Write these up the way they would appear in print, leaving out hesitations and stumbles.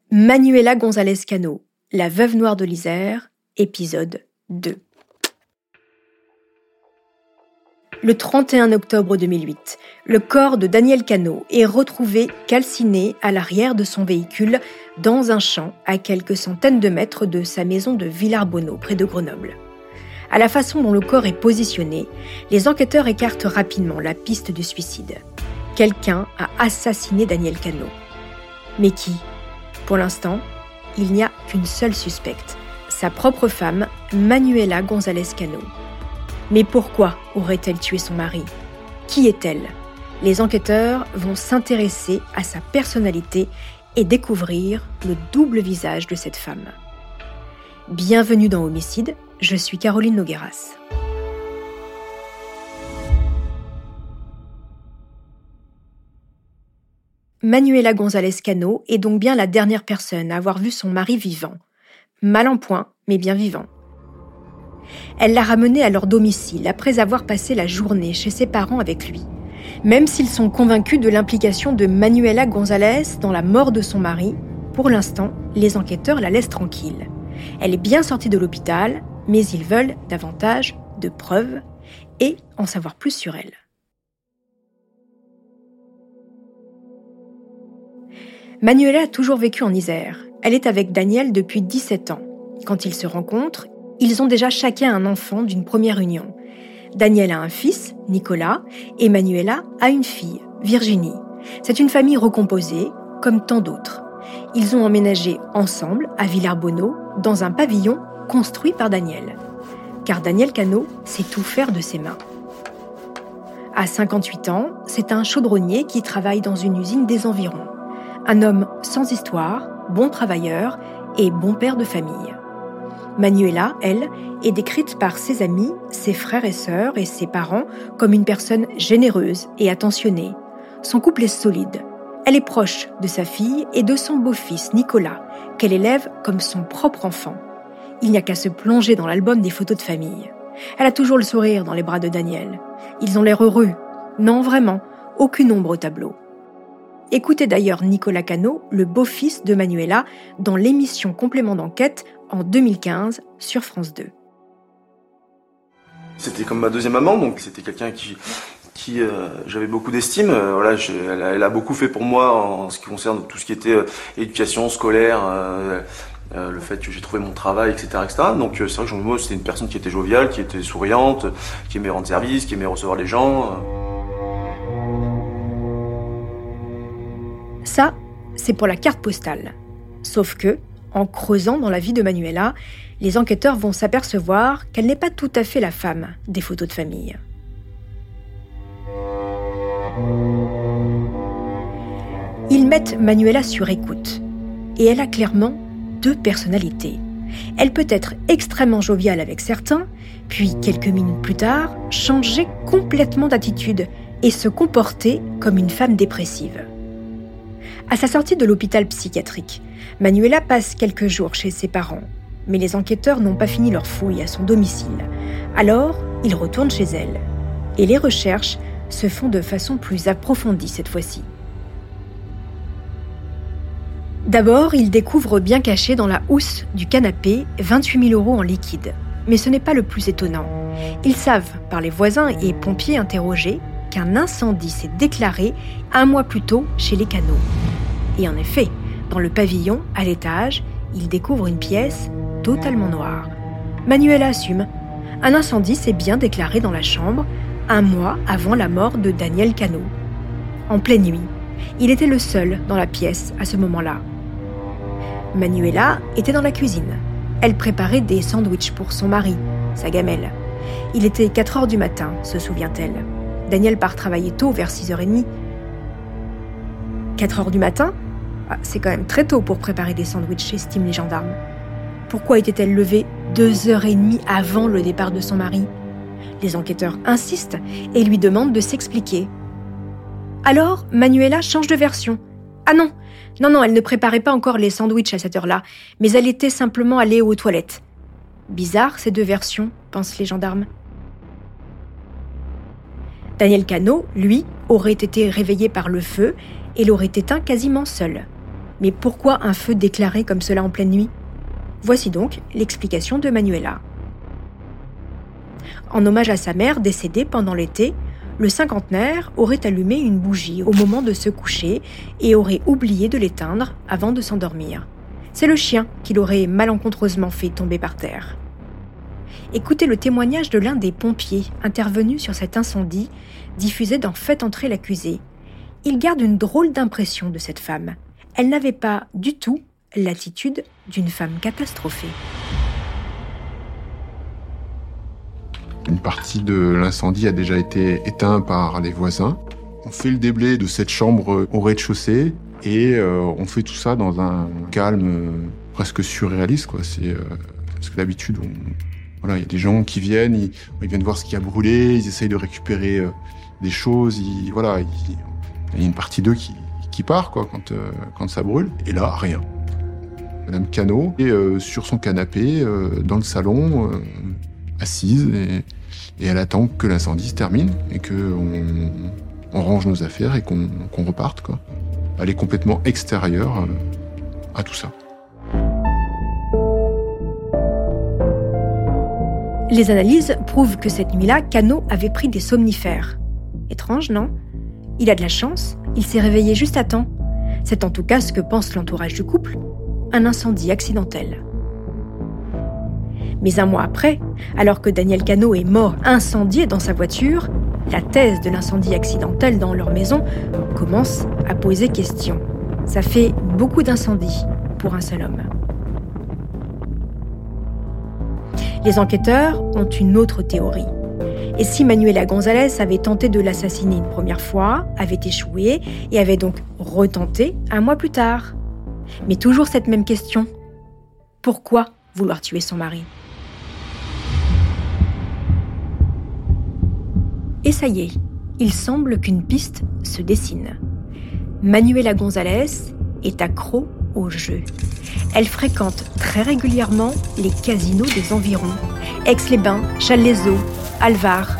Manuela González Cano, la veuve noire de l'Isère, épisode 2. Le 31 octobre 2008, le corps de Daniel Cano est retrouvé calciné à l'arrière de son véhicule dans un champ à quelques centaines de mètres de sa maison de Villarbonneau, près de Grenoble. À la façon dont le corps est positionné, les enquêteurs écartent rapidement la piste du suicide. Quelqu'un a assassiné Daniel Cano. Mais qui ? Pour l'instant, il n'y a qu'une seule suspecte, sa propre femme, Manuela González Cano. Mais pourquoi aurait-elle tué son mari ? Qui est-elle ? Les enquêteurs vont s'intéresser à sa personnalité et découvrir le double visage de cette femme. Bienvenue dans Homicide, je suis Caroline Nogueras. Manuela González Cano est donc bien la dernière personne à avoir vu son mari vivant. Mal en point, mais bien vivant. Elle l'a ramené à leur domicile après avoir passé la journée chez ses parents avec lui. Même s'ils sont convaincus de l'implication de Manuela González dans la mort de son mari, pour l'instant, les enquêteurs la laissent tranquille. Elle est bien sortie de l'hôpital, mais ils veulent davantage de preuves et en savoir plus sur elle. Manuela a toujours vécu en Isère. Elle est avec Daniel depuis 17 ans. Quand ils se rencontrent, ils ont déjà chacun un enfant d'une première union. Daniel a un fils, Nicolas, et Manuela a une fille, Virginie. C'est une famille recomposée, comme tant d'autres. Ils ont emménagé ensemble à Villarbonneau, dans un pavillon construit par Daniel. Car Daniel Cano sait tout faire de ses mains. À 58 ans, c'est un chaudronnier qui travaille dans une usine des environs. Un homme sans histoire, bon travailleur et bon père de famille. Manuela, elle, est décrite par ses amis, ses frères et sœurs et ses parents comme une personne généreuse et attentionnée. Son couple est solide. Elle est proche de sa fille et de son beau-fils, Nicolas, qu'elle élève comme son propre enfant. Il n'y a qu'à se plonger dans l'album des photos de famille. Elle a toujours le sourire dans les bras de Daniel. Ils ont l'air heureux. Non, vraiment, aucune ombre au tableau. Écoutez d'ailleurs Nicolas Cano, le beau-fils de Manuela, dans l'émission Complément d'enquête en 2015 sur France 2. C'était comme ma deuxième maman, donc c'était quelqu'un qui j'avais beaucoup d'estime. Elle a beaucoup fait pour moi en ce qui concerne tout ce qui était éducation scolaire, le fait que j'ai trouvé mon travail, etc. Donc c'est vrai que moi, c'était une personne qui était joviale, qui était souriante, qui aimait rendre service, qui aimait recevoir les gens. Ça, c'est pour la carte postale. Sauf que, en creusant dans la vie de Manuela, les enquêteurs vont s'apercevoir qu'elle n'est pas tout à fait la femme des photos de famille. Ils mettent Manuela sur écoute. Et elle a clairement deux personnalités. Elle peut être extrêmement joviale avec certains, puis quelques minutes plus tard, changer complètement d'attitude et se comporter comme une femme dépressive. À sa sortie de l'hôpital psychiatrique, Manuela passe quelques jours chez ses parents. Mais les enquêteurs n'ont pas fini leur fouille à son domicile. Alors, ils retournent chez elle. Et les recherches se font de façon plus approfondie cette fois-ci. D'abord, ils découvrent bien caché dans la housse du canapé 28 000 € en liquide. Mais ce n'est pas le plus étonnant. Ils savent, par les voisins et pompiers interrogés, qu'un incendie s'est déclaré un mois plus tôt chez les Cano. Et en effet, dans le pavillon, à l'étage, ils découvrent une pièce totalement noire. Manuela assume. Un incendie s'est bien déclaré dans la chambre, un mois avant la mort de Daniel Cano. En pleine nuit, il était le seul dans la pièce à ce moment-là. Manuela était dans la cuisine. Elle préparait des sandwichs pour son mari, sa gamelle. Il était 4h du matin, se souvient-elle. Daniel part travailler tôt, vers 6h30. 4h du matin ? C'est quand même très tôt pour préparer des sandwichs, estiment les gendarmes. Pourquoi était-elle levée 2h30 avant le départ de son mari ? Les enquêteurs insistent et lui demandent de s'expliquer. Alors, Manuela change de version. Ah non, elle ne préparait pas encore les sandwichs à cette heure-là, mais elle était simplement allée aux toilettes. Bizarre ces deux versions, pensent les gendarmes. Daniel Cano, lui, aurait été réveillé par le feu et l'aurait éteint quasiment seul. Mais pourquoi un feu déclaré comme cela en pleine nuit ? Voici donc l'explication de Manuela. En hommage à sa mère décédée pendant l'été, le cinquantenaire aurait allumé une bougie au moment de se coucher et aurait oublié de l'éteindre avant de s'endormir. C'est le chien qui l'aurait malencontreusement fait tomber par terre. Écoutez le témoignage de l'un des pompiers intervenus sur cet incendie, diffusé dans Faites entrer l'accusé. Il garde une drôle d'impression de cette femme. Elle n'avait pas du tout l'attitude d'une femme catastrophée. Une partie de l'incendie a déjà été éteinte par les voisins. On fait le déblai de cette chambre au rez-de-chaussée et on fait tout ça dans un calme presque surréaliste, quoi. Parce que d'habitude, il y a des gens qui viennent, ils viennent voir ce qui a brûlé, ils essayent de récupérer des choses. Il y a une partie d'eux qui part, quoi, quand ça brûle. Et là, rien. Madame Cano est sur son canapé dans le salon, assise, et elle attend que l'incendie se termine et qu'on range nos affaires et qu'on reparte, quoi. Elle est complètement extérieure à tout ça. Les analyses prouvent que cette nuit-là, Cano avait pris des somnifères. Étrange, non ? Il a de la chance, il s'est réveillé juste à temps. C'est en tout cas ce que pense l'entourage du couple. Un incendie accidentel. Mais un mois après, alors que Daniel Cano est mort incendié dans sa voiture, la thèse de l'incendie accidentel dans leur maison commence à poser question. Ça fait beaucoup d'incendies pour un seul homme. Les enquêteurs ont une autre théorie. Et si Manuela González avait tenté de l'assassiner une première fois, avait échoué et avait donc retenté un mois plus tard ? Mais toujours cette même question. Pourquoi vouloir tuer son mari ? Et ça y est, il semble qu'une piste se dessine. Manuela González est accro au jeu. Elle fréquente très régulièrement les casinos des environs. Aix-les-Bains, Challes-les-Eaux, Alvar.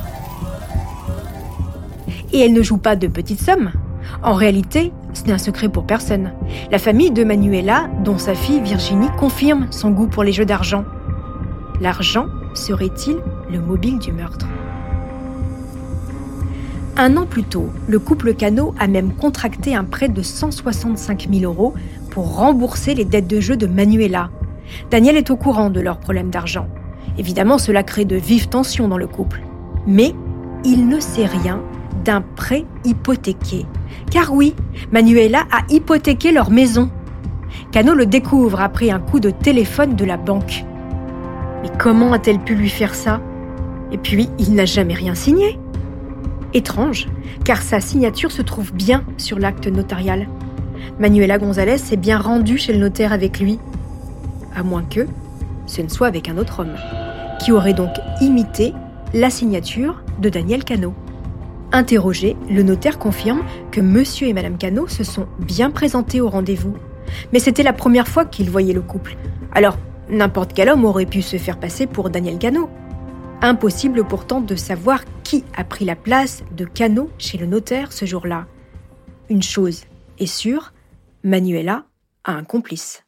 Et elle ne joue pas de petites sommes. En réalité, ce n'est un secret pour personne. La famille de Manuela, dont sa fille Virginie, confirme son goût pour les jeux d'argent. L'argent serait-il le mobile du meurtre ? 1 an plus tôt, le couple Cano a même contracté un prêt de 165 000 € pour rembourser les dettes de jeu de Manuela. Daniel est au courant de leurs problèmes d'argent. Évidemment, cela crée de vives tensions dans le couple. Mais il ne sait rien d'un prêt hypothéqué. Car oui, Manuela a hypothéqué leur maison. Cano le découvre après un coup de téléphone de la banque. Mais comment a-t-elle pu lui faire ça ? Et puis, il n'a jamais rien signé. Étrange, car sa signature se trouve bien sur l'acte notarial. Manuela González s'est bien rendue chez le notaire avec lui. À moins que ce ne soit avec un autre homme, qui aurait donc imité la signature de Daniel Cano. Interrogé, le notaire confirme que monsieur et madame Cano se sont bien présentés au rendez-vous. Mais c'était la première fois qu'ils voyaient le couple. Alors, n'importe quel homme aurait pu se faire passer pour Daniel Cano. Impossible pourtant de savoir qui a pris la place de Cano chez le notaire ce jour-là. Une chose est sûre, Manuela a un complice.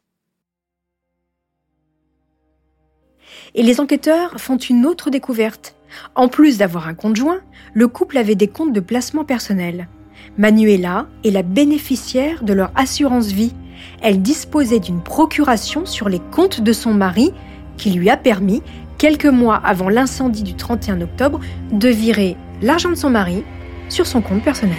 Et les enquêteurs font une autre découverte. En plus d'avoir un compte joint, le couple avait des comptes de placement personnel. Manuela est la bénéficiaire de leur assurance vie. Elle disposait d'une procuration sur les comptes de son mari qui lui a permis, quelques mois avant l'incendie du 31 octobre, de virer l'argent de son mari sur son compte personnel.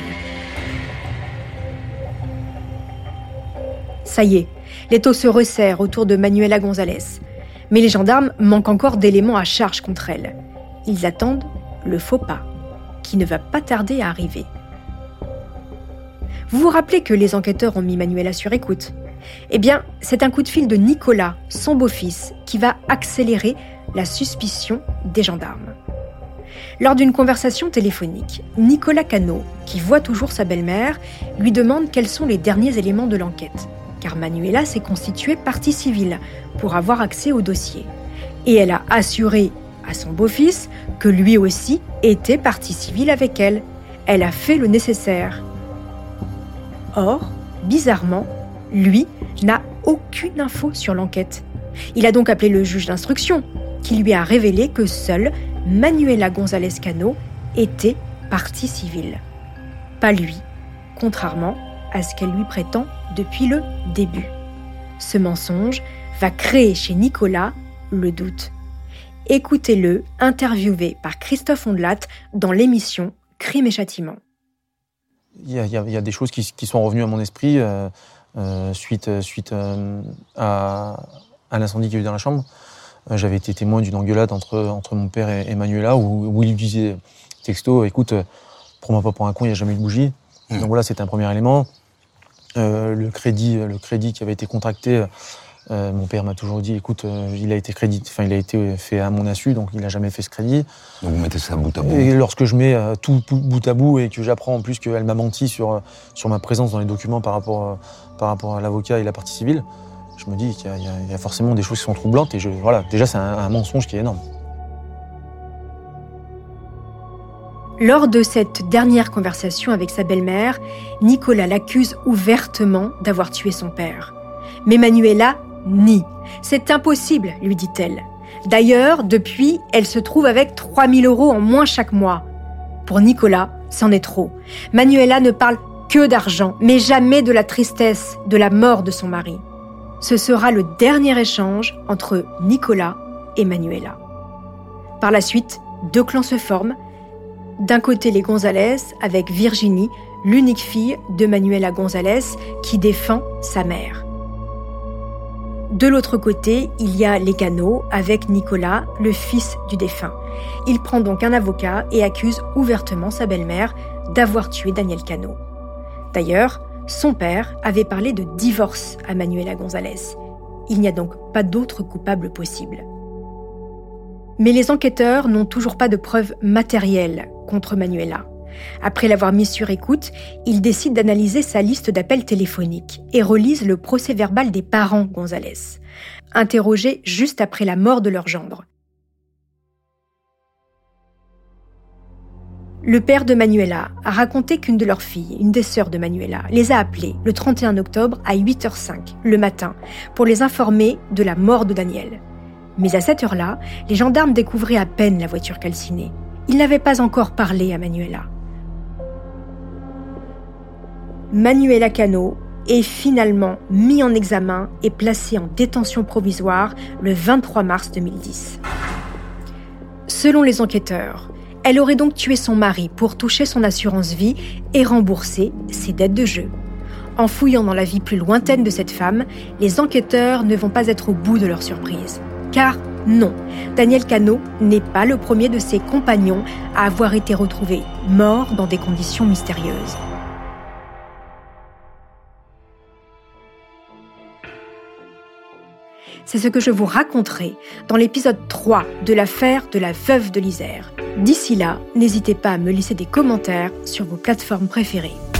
Ça y est, l'étau se resserre autour de Manuela González. Mais les gendarmes manquent encore d'éléments à charge contre elle. Ils attendent le faux pas, qui ne va pas tarder à arriver. Vous vous rappelez que les enquêteurs ont mis Manuela sur écoute ? Eh bien, c'est un coup de fil de Nicolas, son beau-fils, qui va accélérer la suspicion des gendarmes. Lors d'une conversation téléphonique, Nicolas Cano, qui voit toujours sa belle-mère, lui demande quels sont les derniers éléments de l'enquête, car Manuela s'est constituée partie civile pour avoir accès au dossier. Et elle a assuré à son beau-fils que lui aussi était partie civile avec elle. Elle a fait le nécessaire. Or, bizarrement, Lui n'a aucune info sur l'enquête. Il a donc appelé le juge d'instruction, qui lui a révélé que seule Manuela González Cano était partie civile. Pas lui, contrairement à ce qu'elle lui prétend depuis le début. Ce mensonge va créer chez Nicolas le doute. Écoutez-le, interviewé par Christophe Ondelat dans l'émission Crime et Châtiment. Il y a des choses qui sont revenues à mon esprit suite à l'incendie qu'il y a eu dans la chambre. J'avais été témoin d'une engueulade entre mon père et Manuela où il lui disait texto, écoute, prends-moi pas pour un con, il n'y a jamais eu de bougie. Donc voilà, c'était un premier élément. Le crédit qui avait été contracté, mon père m'a toujours dit, écoute, il a été fait à mon insu, donc il n'a jamais fait ce crédit. Donc vous mettez ça bout à bout. Et lorsque je mets tout bout à bout et que j'apprends en plus qu'elle m'a menti sur ma présence dans les documents par rapport à l'avocat et la partie civile, je me dis qu'il y a forcément des choses qui sont troublantes et déjà c'est un mensonge qui est énorme. Lors de cette dernière conversation avec sa belle-mère, Nicolas l'accuse ouvertement d'avoir tué son père. Mais Manuela nie. C'est impossible, lui dit-elle. D'ailleurs, depuis, elle se trouve avec 3 000 € en moins chaque mois. Pour Nicolas, c'en est trop. Manuela ne parle que d'argent, mais jamais de la tristesse, de la mort de son mari. Ce sera le dernier échange entre Nicolas et Manuela. Par la suite, 2 clans se forment. D'un côté, les González, avec Virginie, l'unique fille de Manuela González, qui défend sa mère. De l'autre côté, il y a les Cano, avec Nicolas, le fils du défunt. Il prend donc un avocat et accuse ouvertement sa belle-mère d'avoir tué Daniel Cano. D'ailleurs, son père avait parlé de divorce à Manuela González. Il n'y a donc pas d'autre coupable possible. Mais les enquêteurs n'ont toujours pas de preuves matérielles contre Manuela. Après l'avoir mise sur écoute, ils décident d'analyser sa liste d'appels téléphoniques et relisent le procès-verbal des parents González, interrogés juste après la mort de leur gendre. Le père de Manuela a raconté qu'une de leurs filles, une des sœurs de Manuela, les a appelés le 31 octobre à 8h05, le matin, pour les informer de la mort de Daniel. Mais à cette heure-là, les gendarmes découvraient à peine la voiture calcinée. Ils n'avaient pas encore parlé à Manuela. Manuela Cano est finalement mis en examen et placée en détention provisoire le 23 mars 2010. Selon les enquêteurs, elle aurait donc tué son mari pour toucher son assurance vie et rembourser ses dettes de jeu. En fouillant dans la vie plus lointaine de cette femme, les enquêteurs ne vont pas être au bout de leur surprise. Car non, Daniel Cano n'est pas le premier de ses compagnons à avoir été retrouvé mort dans des conditions mystérieuses. C'est ce que je vous raconterai dans l'épisode 3 de l'affaire de la veuve de l'Isère. D'ici là, n'hésitez pas à me laisser des commentaires sur vos plateformes préférées.